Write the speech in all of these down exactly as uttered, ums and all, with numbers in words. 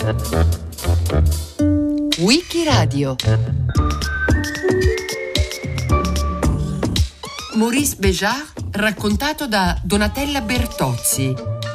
Wikiradio. Maurice Béjart raccontato da Donatella Bertozzi.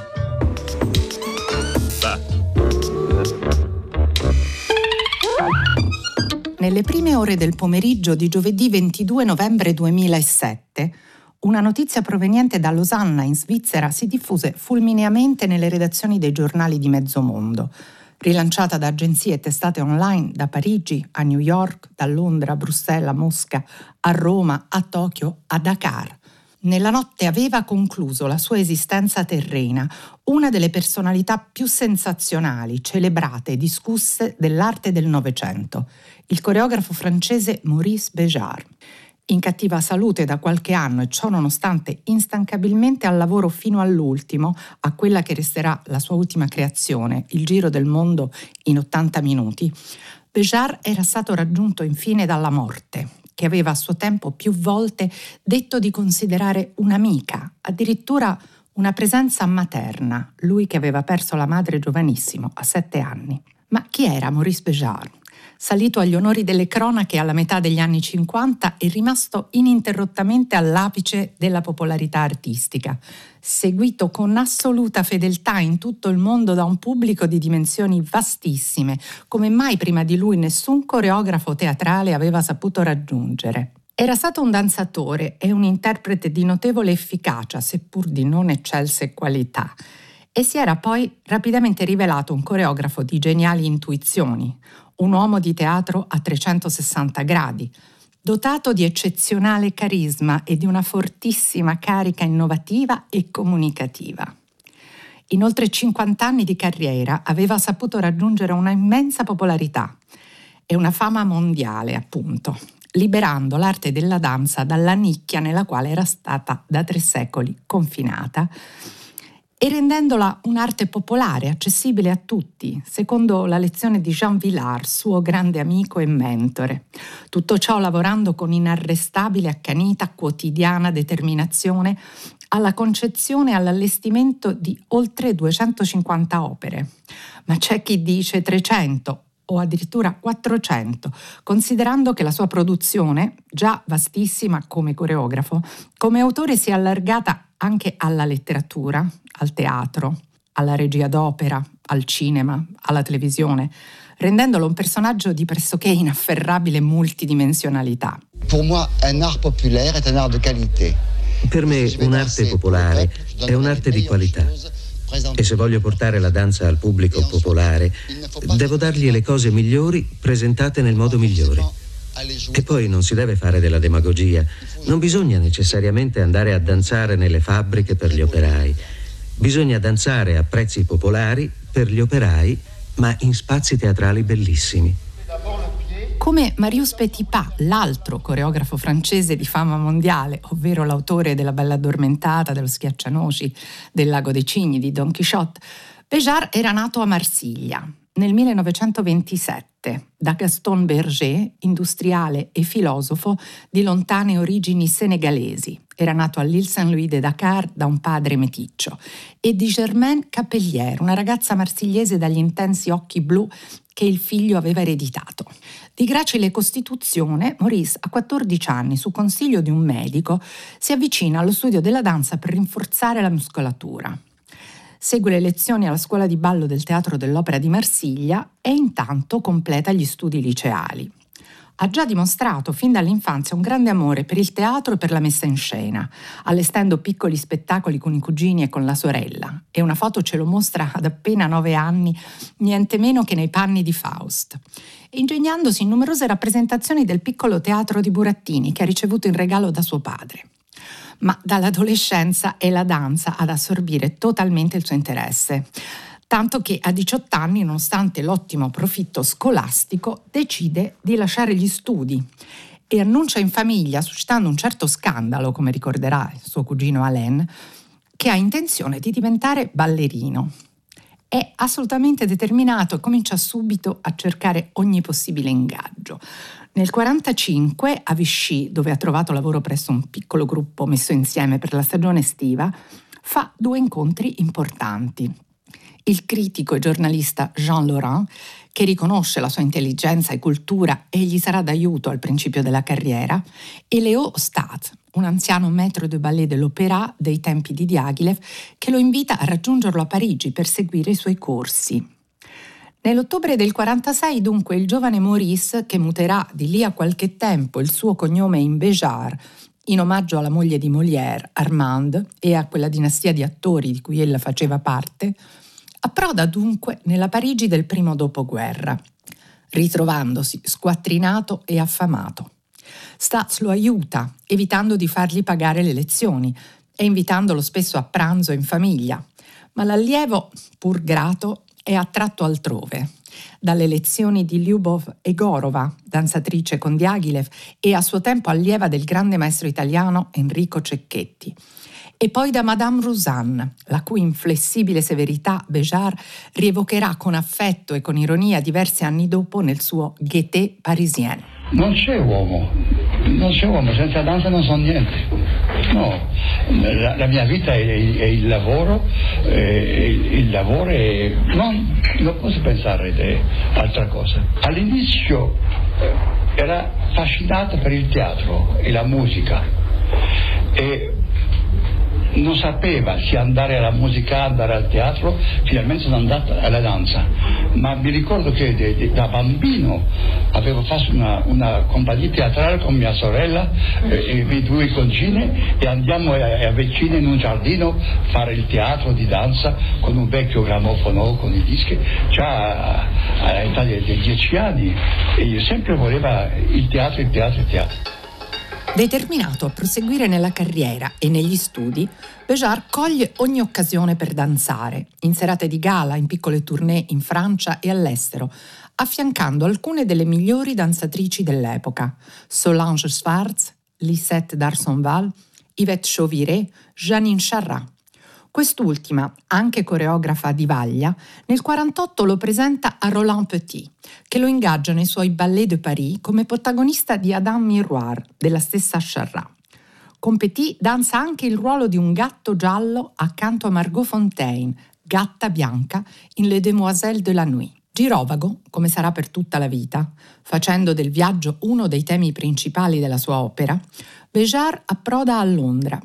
Nelle prime ore del pomeriggio di giovedì ventidue novembre duemilasette, una notizia proveniente da Losanna, in Svizzera, si diffuse fulmineamente nelle redazioni dei giornali di mezzo mondo, rilanciata da agenzie e testate online da Parigi a New York, da Londra a Bruxelles, a Mosca, a Roma, a Tokyo, a Dakar. Nella notte aveva concluso la sua esistenza terrena una delle personalità più sensazionali, celebrate e discusse dell'arte del Novecento, il coreografo francese Maurice Béjart. In cattiva salute da qualche anno e ciò nonostante instancabilmente al lavoro fino all'ultimo, a quella che resterà la sua ultima creazione, il giro del mondo in ottanta minuti, Béjart era stato raggiunto infine dalla morte, che aveva a suo tempo più volte detto di considerare un'amica, addirittura una presenza materna, lui che aveva perso la madre giovanissimo, a sette anni. Ma chi era Maurice Béjart? Salito agli onori delle cronache alla metà degli anni cinquanta e rimasto ininterrottamente all'apice della popolarità artistica, seguito con assoluta fedeltà in tutto il mondo da un pubblico di dimensioni vastissime, come mai prima di lui nessun coreografo teatrale aveva saputo raggiungere. Era stato un danzatore e un interprete di notevole efficacia, seppur di non eccelse qualità, e si era poi rapidamente rivelato un coreografo di geniali intuizioni, un uomo di teatro a trecentosessanta gradi, dotato di eccezionale carisma e di una fortissima carica innovativa e comunicativa. In oltre cinquanta anni di carriera aveva saputo raggiungere una immensa popolarità e una fama mondiale, appunto, liberando l'arte della danza dalla nicchia nella quale era stata da tre secoli confinata e rendendola un'arte popolare, accessibile a tutti, secondo la lezione di Jean Vilar, suo grande amico e mentore. Tutto ciò lavorando con inarrestabile, accanita, quotidiana determinazione alla concezione e all'allestimento di oltre duecentocinquanta opere. Ma c'è chi dice trecento o addirittura quattrocento, considerando che la sua produzione, già vastissima come coreografo, come autore si è allargata anche alla letteratura, al teatro, alla regia d'opera, al cinema, alla televisione, rendendolo un personaggio di pressoché inafferrabile multidimensionalità. Per moi, un art populaire è un art di qualità. Per me un'arte popolare è un'arte di qualità. E se voglio portare la danza al pubblico popolare, devo dargli le cose migliori presentate nel modo migliore. E poi non si deve fare della demagogia. Non bisogna necessariamente andare a danzare nelle fabbriche per gli operai. Bisogna danzare a prezzi popolari per gli operai, ma in spazi teatrali bellissimi. Come Marius Petipa, l'altro coreografo francese di fama mondiale, ovvero l'autore della Bella Addormentata, dello Schiaccianoci, del Lago dei Cigni, di Don Chisciotte, Béjart era nato a Marsiglia nel millenovecentoventisette da Gaston Berger, industriale e filosofo di lontane origini senegalesi. Era nato a l'Île Saint-Louis de Dakar da un padre meticcio, e di Germaine Capellière, una ragazza marsigliese dagli intensi occhi blu che il figlio aveva ereditato. Di gracile costituzione, Maurice, a quattordici anni, su consiglio di un medico, si avvicina allo studio della danza per rinforzare la muscolatura. Segue le lezioni alla scuola di ballo del Teatro dell'Opera di Marsiglia e intanto completa gli studi liceali. Ha già dimostrato fin dall'infanzia un grande amore per il teatro e per la messa in scena, allestendo piccoli spettacoli con i cugini e con la sorella, e una foto ce lo mostra ad appena nove anni, niente meno che nei panni di Faust, ingegnandosi in numerose rappresentazioni del piccolo teatro di burattini che ha ricevuto in regalo da suo padre. Ma dall'adolescenza è la danza ad assorbire totalmente il suo interesse, tanto che a diciotto anni, nonostante l'ottimo profitto scolastico, decide di lasciare gli studi e annuncia in famiglia, suscitando un certo scandalo, come ricorderà il suo cugino Alain, che ha intenzione di diventare ballerino. È assolutamente determinato e comincia subito a cercare ogni possibile ingaggio. Nel quarantacinque, a Vichy, dove ha trovato lavoro presso un piccolo gruppo messo insieme per la stagione estiva, fa due incontri importanti. Il critico e giornalista Jean Laurent, che riconosce la sua intelligenza e cultura e gli sarà d'aiuto al principio della carriera, e Léo Stade, un anziano maître de ballet dell'Opéra dei tempi di Diaghilev, che lo invita a raggiungerlo a Parigi per seguire i suoi corsi. Nell'ottobre del quarantasei, dunque, il giovane Maurice, che muterà di lì a qualche tempo il suo cognome in Béjart, in omaggio alla moglie di Molière, Armande, e a quella dinastia di attori di cui ella faceva parte, approda dunque nella Parigi del primo dopoguerra, ritrovandosi squattrinato e affamato. Stades lo aiuta, evitando di fargli pagare le lezioni e invitandolo spesso a pranzo in famiglia, ma l'allievo, pur grato, è attratto altrove, dalle lezioni di Lyubov Egorova, danzatrice con Diaghilev e a suo tempo allieva del grande maestro italiano Enrico Cecchetti, e poi da Madame Rouzanne, la cui inflessibile severità Béjart rievocherà con affetto e con ironia diversi anni dopo nel suo Gaieté parisienne. Non c'è uomo, non c'è uomo, senza danza non so niente. No, la, la mia vita è, è il lavoro, è, il, il lavoro è... Non, non posso pensare di altra cosa. All'inizio era affascinato per il teatro e la musica e non sapeva se andare alla musica, andare al teatro. Finalmente sono andato alla danza, ma mi ricordo che de, de, da bambino avevo fatto una, una compagnia teatrale con mia sorella eh, e le due cugine, e andiamo a, a vicino in un giardino a fare il teatro di danza con un vecchio grammofono con i dischi, già all'età di dieci anni, e io sempre volevo il teatro, il teatro, il teatro. Determinato a proseguire nella carriera e negli studi, Béjart coglie ogni occasione per danzare, in serate di gala, in piccole tournée in Francia e all'estero, affiancando alcune delle migliori danzatrici dell'epoca: Solange Schwartz, Lisette d'Arsonval, Yvette Chauviré, Janine Charrat. Quest'ultima, anche coreografa di vaglia, nel quarantotto lo presenta a Roland Petit, che lo ingaggia nei suoi Ballets de Paris come protagonista di Adam Miroir, della stessa Charrat. Con Petit danza anche il ruolo di un gatto giallo accanto a Margot Fonteyn, gatta bianca, in Les Demoiselles de la Nuit. Girovago, come sarà per tutta la vita, facendo del viaggio uno dei temi principali della sua opera, Béjart approda a Londra,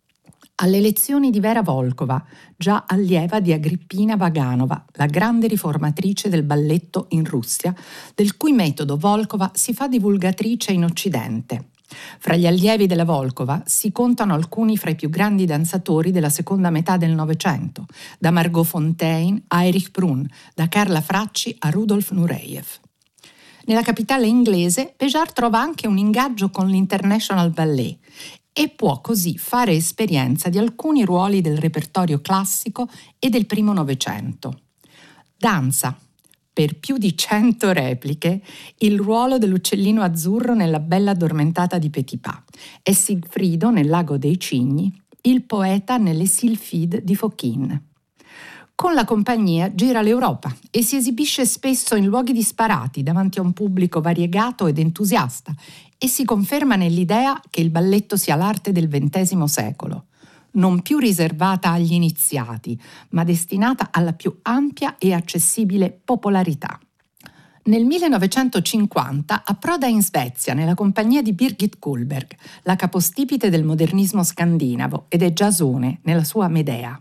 alle lezioni di Vera Volkova, già allieva di Agrippina Vaganova, la grande riformatrice del balletto in Russia, del cui metodo Volkova si fa divulgatrice in Occidente. Fra gli allievi della Volkova si contano alcuni fra i più grandi danzatori della seconda metà del Novecento, da Margot Fonteyn a Erich Brun, da Carla Fracci a Rudolf Nureyev. Nella capitale inglese, Béjart trova anche un ingaggio con l'International Ballet e può così fare esperienza di alcuni ruoli del repertorio classico e del primo Novecento. Danza, per più di cento repliche, il ruolo dell'uccellino azzurro nella Bella addormentata di Petipa e Sigfrido nel Lago dei Cigni, il poeta nelle Sylphides di Fokine. Con la compagnia gira l'Europa e si esibisce spesso in luoghi disparati davanti a un pubblico variegato ed entusiasta, e si conferma nell'idea che il balletto sia l'arte del ventesimo secolo, non più riservata agli iniziati, ma destinata alla più ampia e accessibile popolarità. Nel millenovecentocinquanta approda in Svezia nella compagnia di Birgit Kullberg, la capostipite del modernismo scandinavo, ed è Giasone nella sua Medea.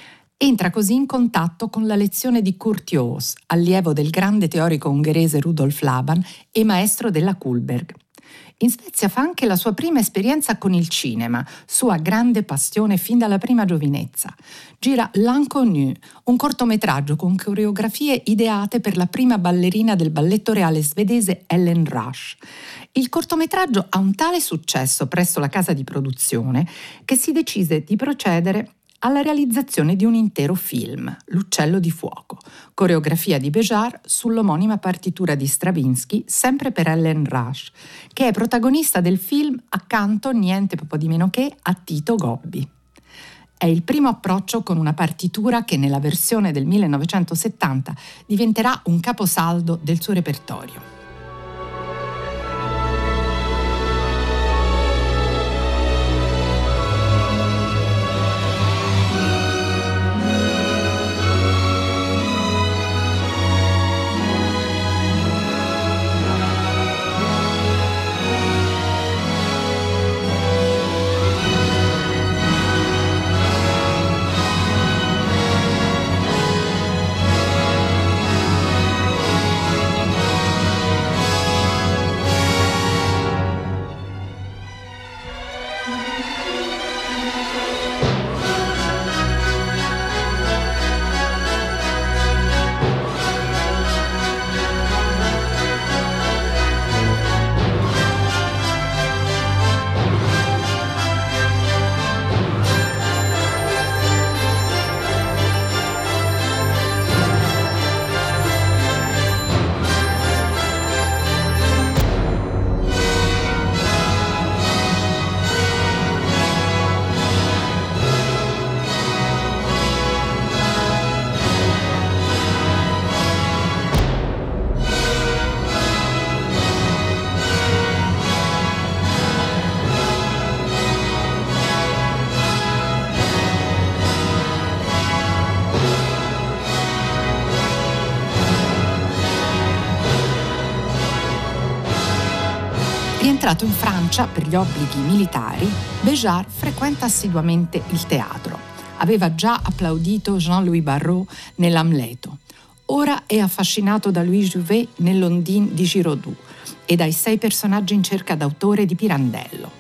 Entra così in contatto con la lezione di Kurt Jooss, allievo del grande teorico ungherese Rudolf Laban e maestro della Kullberg. In Svezia fa anche la sua prima esperienza con il cinema, sua grande passione fin dalla prima giovinezza. Gira L'Inconnu, un cortometraggio con coreografie ideate per la prima ballerina del balletto reale svedese Ellen Rush. Il cortometraggio ha un tale successo presso la casa di produzione che si decise di procedere alla realizzazione di un intero film, L'Uccello di fuoco, coreografia di Béjart sull'omonima partitura di Stravinsky, sempre per Ellen Rush, che è protagonista del film accanto niente po' di meno che a Tito Gobbi. È il primo approccio con una partitura che nella versione del millenovecentosettanta diventerà un caposaldo del suo repertorio. Rientrato in Francia per gli obblighi militari, Béjart frequenta assiduamente il teatro. Aveva già applaudito Jean-Louis Barrault nell'Amleto. Ora è affascinato da Louis Jouvet nell'Ondine di Giraudoux e dai sei personaggi in cerca d'autore di Pirandello.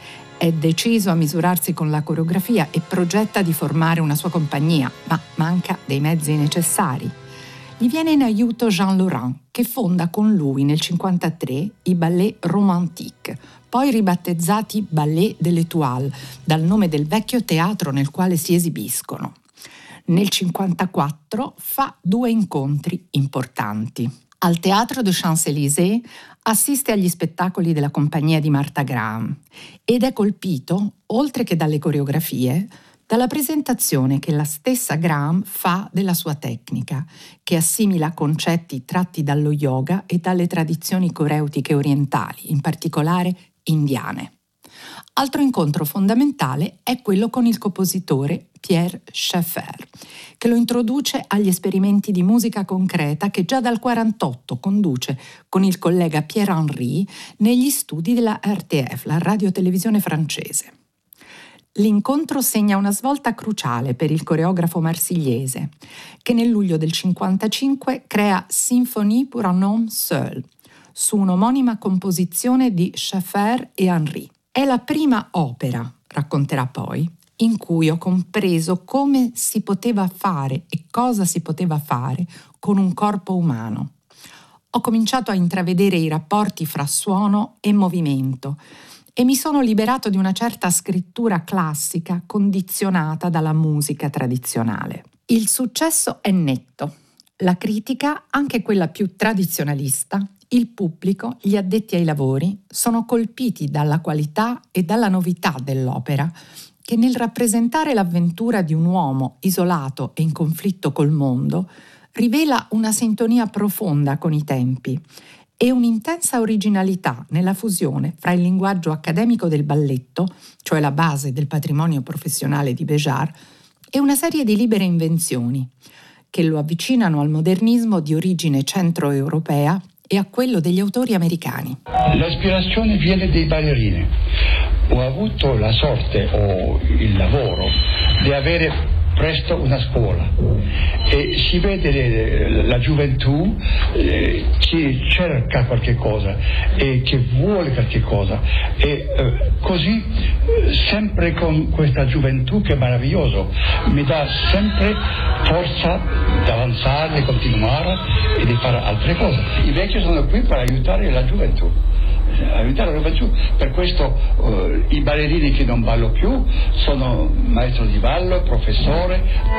È deciso a misurarsi con la coreografia e progetta di formare una sua compagnia, ma manca dei mezzi necessari. Gli viene in aiuto Jean Laurent, che fonda con lui nel cinquantatré i Ballets Romantiques, poi ribattezzati Ballets de l'Étoile, dal nome del vecchio teatro nel quale si esibiscono. Nel cinquantaquattro fa due incontri importanti. Al Théâtre des Champs-Élysées assiste agli spettacoli della compagnia di Martha Graham ed è colpito, oltre che dalle coreografie, dalla presentazione che la stessa Graham fa della sua tecnica, che assimila concetti tratti dallo yoga e dalle tradizioni coreutiche orientali, in particolare indiane. Altro incontro fondamentale è quello con il compositore Pierre Schaeffer, che lo introduce agli esperimenti di musica concreta che già dal quarantotto conduce con il collega Pierre Henry negli studi della R T F, la radiotelevisione francese. L'incontro segna una svolta cruciale per il coreografo marsigliese, che nel luglio del cinquantacinque crea Symphonie pour un homme seul, su un'omonima composizione di Schaeffer e Henry. È la prima opera, racconterà poi, in cui ho compreso come si poteva fare e cosa si poteva fare con un corpo umano. Ho cominciato a intravedere i rapporti fra suono e movimento e mi sono liberato di una certa scrittura classica condizionata dalla musica tradizionale. Il successo è netto. La critica, anche quella più tradizionalista, il pubblico, gli addetti ai lavori, sono colpiti dalla qualità e dalla novità dell'opera, che nel rappresentare l'avventura di un uomo isolato e in conflitto col mondo, rivela una sintonia profonda con i tempi e un'intensa originalità nella fusione fra il linguaggio accademico del balletto, cioè la base del patrimonio professionale di Béjart, e una serie di libere invenzioni, che lo avvicinano al modernismo di origine centroeuropea e a quello degli autori americani. L'ispirazione viene dai ballerini. Ho avuto la sorte o il lavoro di avere presto una scuola e si vede la gioventù eh, che cerca qualche cosa e che vuole qualche cosa e eh, così sempre con questa gioventù che è meraviglioso, mi dà sempre forza di avanzare, di continuare e di fare altre cose. I vecchi sono qui per aiutare la gioventù. aiutare la gioventù. Per questo uh, i ballerini che non ballo più sono maestro di ballo, professore.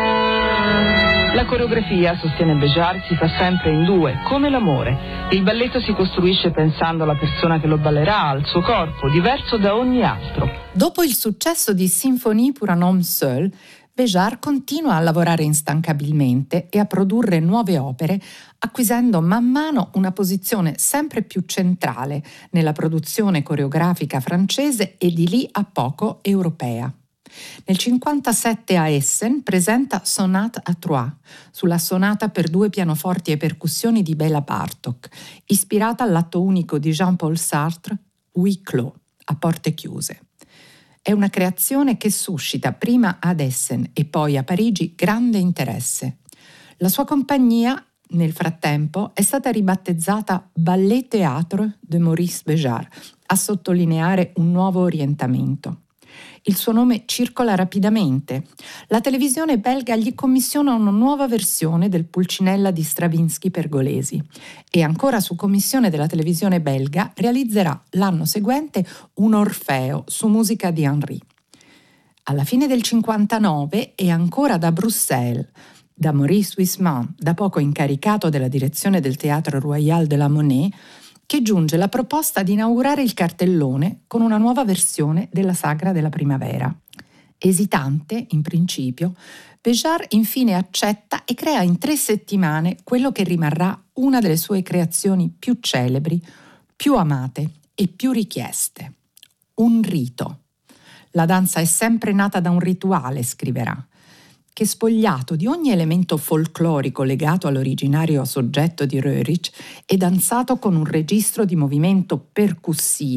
La coreografia, sostiene Béjart, si fa sempre in due, come l'amore. Il balletto si costruisce pensando alla persona che lo ballerà, al suo corpo, diverso da ogni altro. Dopo il successo di Symphonie pour un homme seul, Béjart continua a lavorare instancabilmente e a produrre nuove opere, acquisendo man mano una posizione sempre più centrale nella produzione coreografica francese e di lì a poco europea. Nel cinquantasette a Essen presenta Sonate à trois, sulla sonata per due pianoforti e percussioni di Béla Bartók, ispirata all'atto unico di Jean-Paul Sartre, Huis clos, a porte chiuse. È una creazione che suscita prima ad Essen e poi a Parigi grande interesse. La sua compagnia, nel frattempo, è stata ribattezzata Ballet Théâtre de Maurice Béjart, a sottolineare un nuovo orientamento. Il suo nome circola rapidamente. La televisione belga gli commissiona una nuova versione del Pulcinella di Stravinsky Pergolesi e ancora su commissione della televisione belga realizzerà l'anno seguente un Orfeo su musica di Henry. Alla fine del cinquantanove e ancora da Bruxelles, da Maurice Huisman, da poco incaricato della direzione del Théâtre Royal de la Monnaie, che giunge la proposta di inaugurare il cartellone con una nuova versione della Sagra della Primavera. Esitante, in principio, Béjart infine accetta e crea in tre settimane quello che rimarrà una delle sue creazioni più celebri, più amate e più richieste. Un rito. La danza è sempre nata da un rituale, scriverà, che spogliato di ogni elemento folclorico legato all'originario soggetto di Röhrig è danzato con un registro di movimento percussivo,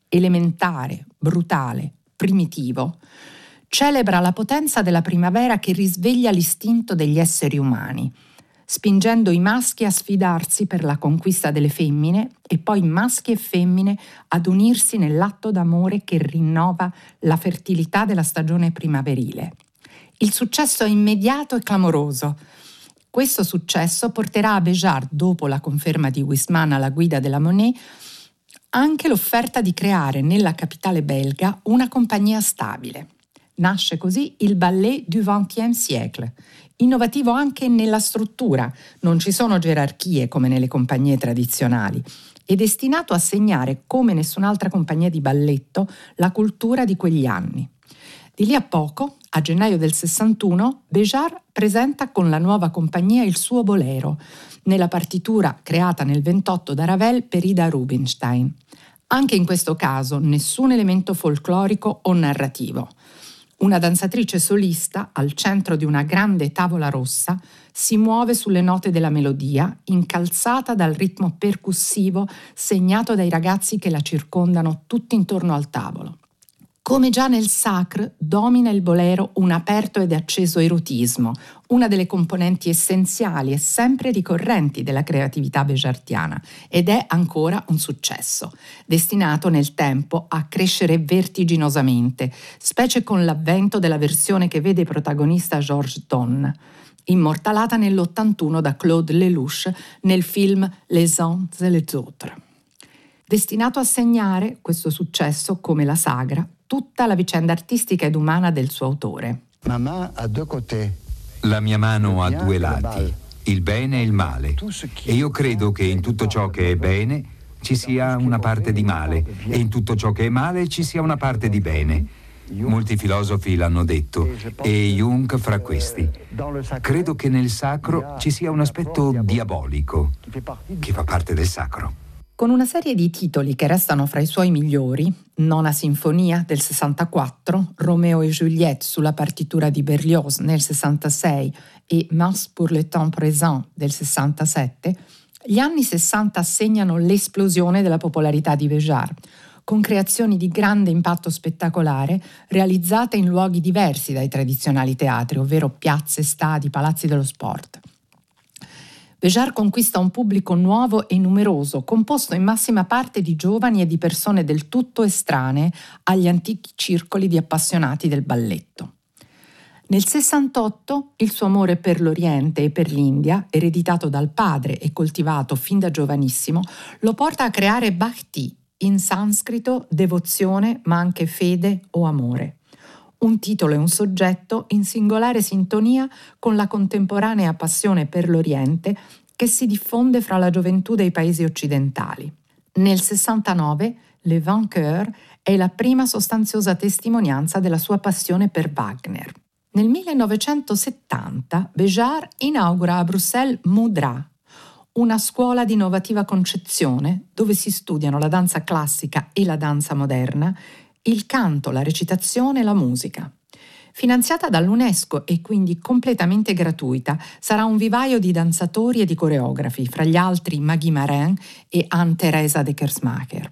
elementare, brutale, primitivo, celebra la potenza della primavera che risveglia l'istinto degli esseri umani, spingendo i maschi a sfidarsi per la conquista delle femmine e poi maschi e femmine ad unirsi nell'atto d'amore che rinnova la fertilità della stagione primaverile. Il successo è immediato e clamoroso. Questo successo porterà a Béjart, dopo la conferma di Huysmans alla guida della Monet, anche l'offerta di creare nella capitale belga una compagnia stabile. Nasce così il Ballet du vingtième siècle, innovativo anche nella struttura, non ci sono gerarchie come nelle compagnie tradizionali, e destinato a segnare come nessun'altra compagnia di balletto la cultura di quegli anni. Di lì a poco, a gennaio del sessantuno, Béjart presenta con la nuova compagnia il suo Bolero, nella partitura creata nel ventotto da Ravel per Ida Rubinstein. Anche in questo caso nessun elemento folclorico o narrativo. Una danzatrice solista, al centro di una grande tavola rossa, si muove sulle note della melodia, incalzata dal ritmo percussivo segnato dai ragazzi che la circondano tutti intorno al tavolo. Come già nel Sacre, domina il bolero un aperto ed acceso erotismo, una delle componenti essenziali e sempre ricorrenti della creatività béjartiana, ed è ancora un successo, destinato nel tempo a crescere vertiginosamente, specie con l'avvento della versione che vede protagonista Georges Donne, immortalata nell'ottantuno da Claude Lelouch nel film Les uns et les autres. Destinato a segnare questo successo come la sagra tutta la vicenda artistica ed umana del suo autore. La mia mano ha due lati, il bene e il male, e io credo che in tutto ciò che è bene ci sia una parte di male e in tutto ciò che è male ci sia una parte di bene. Molti filosofi l'hanno detto, e Jung fra questi. Credo che nel sacro ci sia un aspetto diabolico che fa parte del sacro. Con una serie di titoli che restano fra i suoi migliori, Nona Sinfonia del sessantaquattro, Romeo e Juliette sulla partitura di Berlioz nel sessantasei e Mars pour le temps présent del sessantasette, gli anni sessanta segnano l'esplosione della popolarità di Béjart, con creazioni di grande impatto spettacolare realizzate in luoghi diversi dai tradizionali teatri, ovvero piazze, stadi, palazzi dello sport. Béjart conquista un pubblico nuovo e numeroso, composto in massima parte di giovani e di persone del tutto estranee agli antichi circoli di appassionati del balletto. Nel sessantotto il suo amore per l'Oriente e per l'India, ereditato dal padre e coltivato fin da giovanissimo, lo porta a creare Bhakti, in sanscrito devozione ma anche fede o amore. Un titolo e un soggetto in singolare sintonia con la contemporanea passione per l'Oriente che si diffonde fra la gioventù dei paesi occidentali. Nel sessantanove, Le Vainqueur è la prima sostanziosa testimonianza della sua passione per Wagner. Nel millenovecentosettanta, Béjart inaugura a Bruxelles Mudra, una scuola di innovativa concezione dove si studiano la danza classica e la danza moderna, il canto, la recitazione e la musica. Finanziata dall'UNESCO e quindi completamente gratuita, sarà un vivaio di danzatori e di coreografi, fra gli altri Maggie Marin e Anne-Theresa de Kersmacher.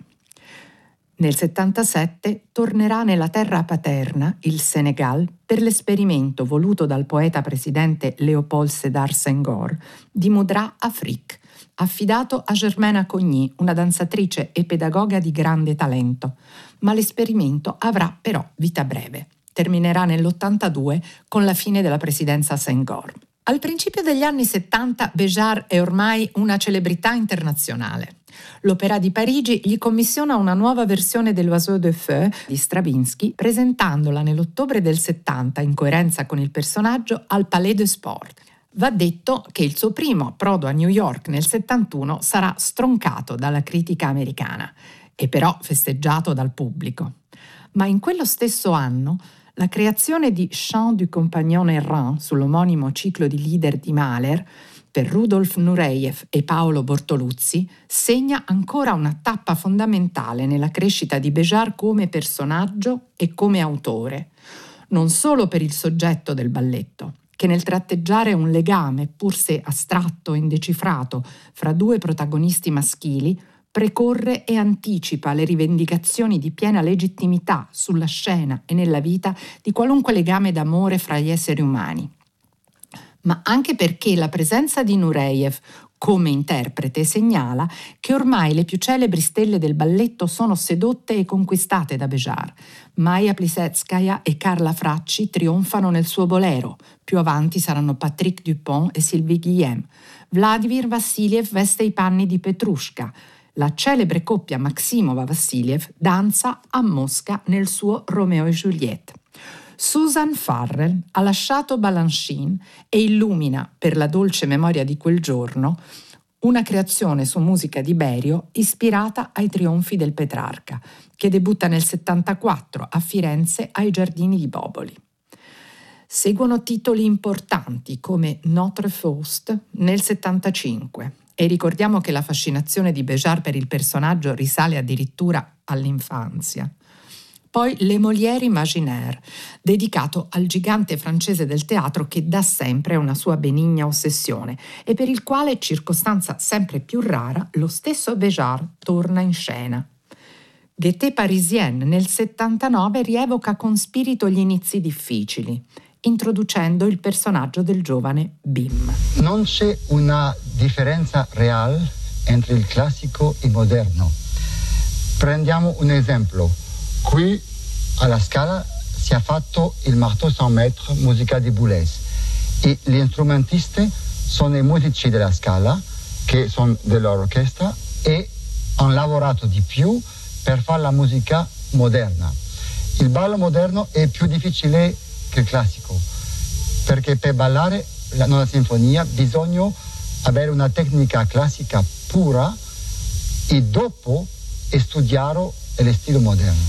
Nel settantasette tornerà nella terra paterna, il Senegal, per l'esperimento voluto dal poeta presidente Léopold Sédar Senghor di Mudra Afrique, affidato a Germaine Acogny, una danzatrice e pedagoga di grande talento. Ma l'esperimento avrà però vita breve. Terminerà nell'ottantadue con la fine della presidenza Senghor. Al principio degli anni settanta Béjart è ormai una celebrità internazionale. L'Opéra di Parigi gli commissiona una nuova versione dell'Oiseau de Feu di Stravinsky, presentandola nell'ottobre del settanta, in coerenza con il personaggio, al Palais des Sports. Va detto che il suo primo approdo a New York nel settantuno sarà stroncato dalla critica americana e però festeggiato dal pubblico. Ma in quello stesso anno la creazione di Chant du Compagnon Errant sull'omonimo ciclo di Lieder di Mahler per Rudolf Nureyev e Paolo Bortoluzzi segna ancora una tappa fondamentale nella crescita di Béjart come personaggio e come autore, non solo per il soggetto del balletto, che nel tratteggiare un legame, pur se astratto e indecifrato, fra due protagonisti maschili, precorre e anticipa le rivendicazioni di piena legittimità sulla scena e nella vita di qualunque legame d'amore fra gli esseri umani. Ma anche perché la presenza di Nureyev come interprete segnala che ormai le più celebri stelle del balletto sono sedotte e conquistate da Béjart. Maja Plisetskaya e Carla Fracci trionfano nel suo bolero, più avanti saranno Patrick Dupont e Sylvie Guillem. Vladimir Vassiliev veste i panni di Petrushka. La celebre coppia Maximova-Vassiliev danza a Mosca nel suo Romeo e Juliette. Susan Farrell ha lasciato Balanchine e illumina, per la dolce memoria di quel giorno, una creazione su musica di Berio ispirata ai trionfi del Petrarca, che debutta nel settantaquattro a Firenze ai Giardini di Boboli. Seguono titoli importanti come Notre Faust nel settantacinque, e ricordiamo che la fascinazione di Béjart per il personaggio risale addirittura all'infanzia. Poi Le Molière Imaginaire, dedicato al gigante francese del teatro che da sempre è una sua benigna ossessione e per il quale, circostanza sempre più rara, lo stesso Béjart torna in scena. Gaieté Parisienne nel settantanove rievoca con spirito gli inizi difficili, introducendo il personaggio del giovane Bim. Non c'è una differenza reale entre il classico e il moderno. Prendiamo un esempio. Qui alla Scala si è fatto il Marteau sans maître, musica di Boulez, e gli strumentisti sono i musici della Scala, che sono dell'orchestra, e hanno lavorato di più per fare la musica moderna. Il ballo moderno è più difficile che il classico, perché per ballare la nona sinfonia bisogna avere una tecnica classica pura e dopo studiare lo stile moderno.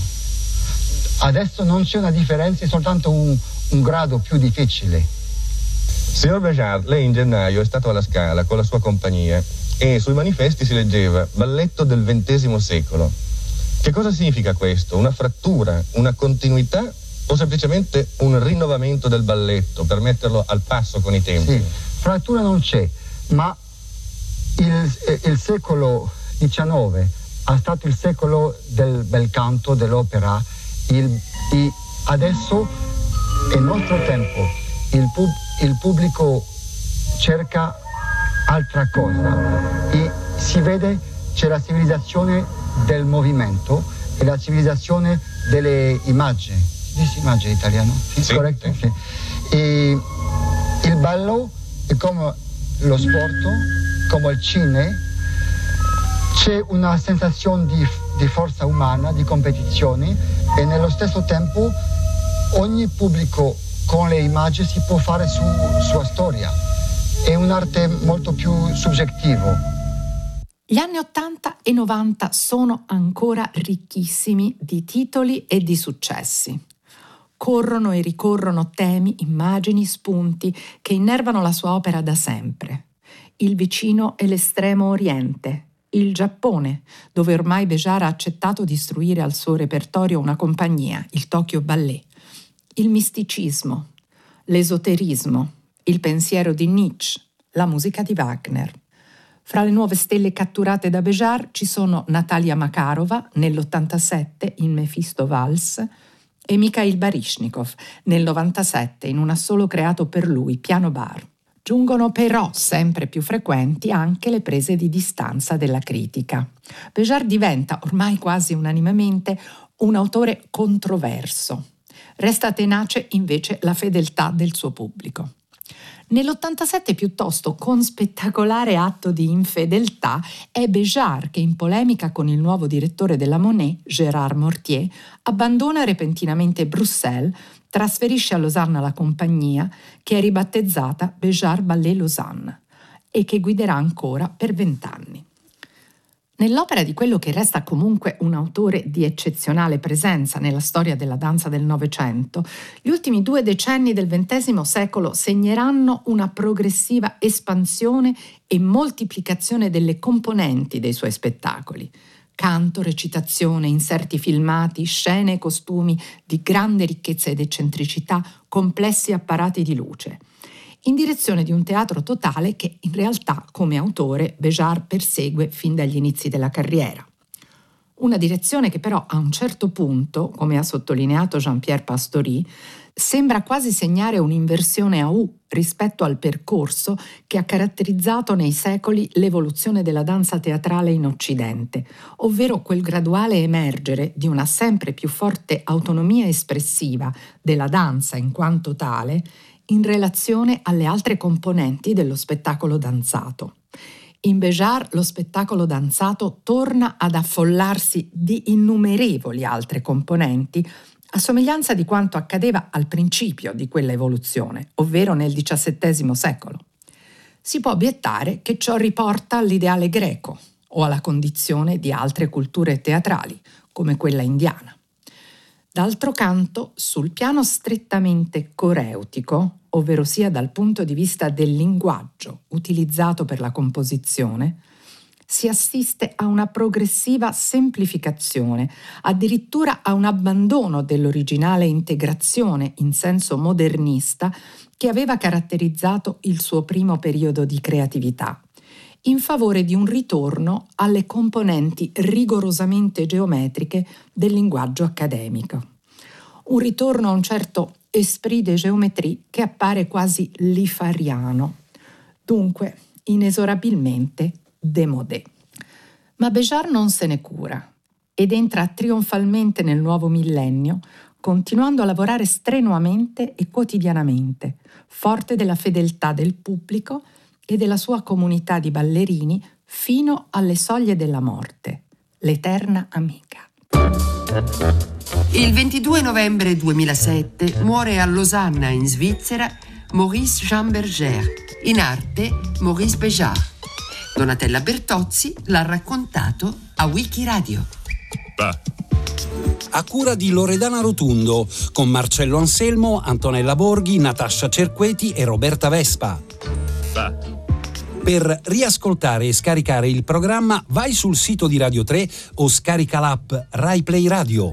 Adesso non c'è una differenza, è soltanto un, un grado più difficile. Signor Béjart, lei in gennaio è stato alla Scala con la sua compagnia e sui manifesti si leggeva balletto del ventesimo secolo. Che cosa significa questo? Una frattura, una continuità o semplicemente un rinnovamento del balletto per metterlo al passo con i tempi? Sì, frattura non c'è, ma il, il secolo diciannove è stato il secolo del bel canto, dell'opera. Il, e adesso è il nostro tempo, il, pub, il pubblico cerca altra cosa e si vede c'è la civilizzazione del movimento e la civilizzazione delle immagini. Dici immagini in italiano? Sì, sì, corretto? Sì. E il ballo è come lo sport, come il cinema, c'è una sensazione di, di forza umana, di competizione, e nello stesso tempo ogni pubblico con le immagini si può fare su sua storia. È un'arte molto più soggettivo. Gli anni ottanta e novanta sono ancora ricchissimi di titoli e di successi. Corrono e ricorrono temi, immagini, spunti che innervano la sua opera da sempre. Il vicino e l'estremo oriente, il Giappone, dove ormai Béjart ha accettato di istruire al suo repertorio una compagnia, il Tokyo Ballet, il misticismo, l'esoterismo, il pensiero di Nietzsche, la musica di Wagner. Fra le nuove stelle catturate da Béjart ci sono Natalia Makarova nell'ottantasette in Mephisto Vals e Mikhail Baryshnikov nel novantasette in un assolo creato per lui, Piano Bar. Giungono però sempre più frequenti anche le prese di distanza della critica. Béjart diventa ormai quasi unanimemente un autore controverso. Resta tenace invece la fedeltà del suo pubblico. Nell'ottantasette, piuttosto, con spettacolare atto di infedeltà, è Béjart che, in polemica con il nuovo direttore della Monet, Gérard Mortier, abbandona repentinamente Bruxelles, trasferisce a Losanna la compagnia che è ribattezzata Béjart Ballet Lausanne e che guiderà ancora per vent'anni. Nell'opera di quello che resta comunque un autore di eccezionale presenza nella storia della danza del Novecento, gli ultimi due decenni del ventesimo secolo segneranno una progressiva espansione e moltiplicazione delle componenti dei suoi spettacoli. Canto, recitazione, inserti filmati, scene e costumi di grande ricchezza ed eccentricità, complessi apparati di luce. in direzione di un teatro totale che in realtà, come autore, Béjart persegue fin dagli inizi della carriera. Una direzione che però a un certo punto, come ha sottolineato Jean-Pierre Pastori, sembra quasi segnare un'inversione a U rispetto al percorso che ha caratterizzato nei secoli l'evoluzione della danza teatrale in Occidente, ovvero quel graduale emergere di una sempre più forte autonomia espressiva della danza in quanto tale in relazione alle altre componenti dello spettacolo danzato. In Béjart lo spettacolo danzato torna ad affollarsi di innumerevoli altre componenti, a somiglianza di quanto accadeva al principio di quella evoluzione, ovvero nel diciassettesimo secolo. Si può obiettare che ciò riporta all'ideale greco o alla condizione di altre culture teatrali, come quella indiana. D'altro canto, sul piano strettamente coreutico, ovvero sia dal punto di vista del linguaggio utilizzato per la composizione, si assiste a una progressiva semplificazione, addirittura a un abbandono dell'originale integrazione in senso modernista che aveva caratterizzato il suo primo periodo di creatività, in favore di un ritorno alle componenti rigorosamente geometriche del linguaggio accademico. Un ritorno a un certo esprit de géométrie che appare quasi lifariano, dunque inesorabilmente démodé. Ma Béjart non se ne cura ed entra trionfalmente nel nuovo millennio, continuando a lavorare strenuamente e quotidianamente, forte della fedeltà del pubblico e della sua comunità di ballerini fino alle soglie della morte, l'eterna amica. Il ventidue novembre duemilasette muore a Losanna, in Svizzera, Maurice Jean Berger, in arte Maurice Béjart. Donatella Bertozzi l'ha raccontato a Wikiradio. Bah. A cura di Loredana Rotundo, con Marcello Anselmo, Antonella Borghi, Natascia Cerqueti e Roberta Vespa. Bah. Per riascoltare e scaricare il programma vai sul sito di Radio tre o scarica l'app Rai Play Radio.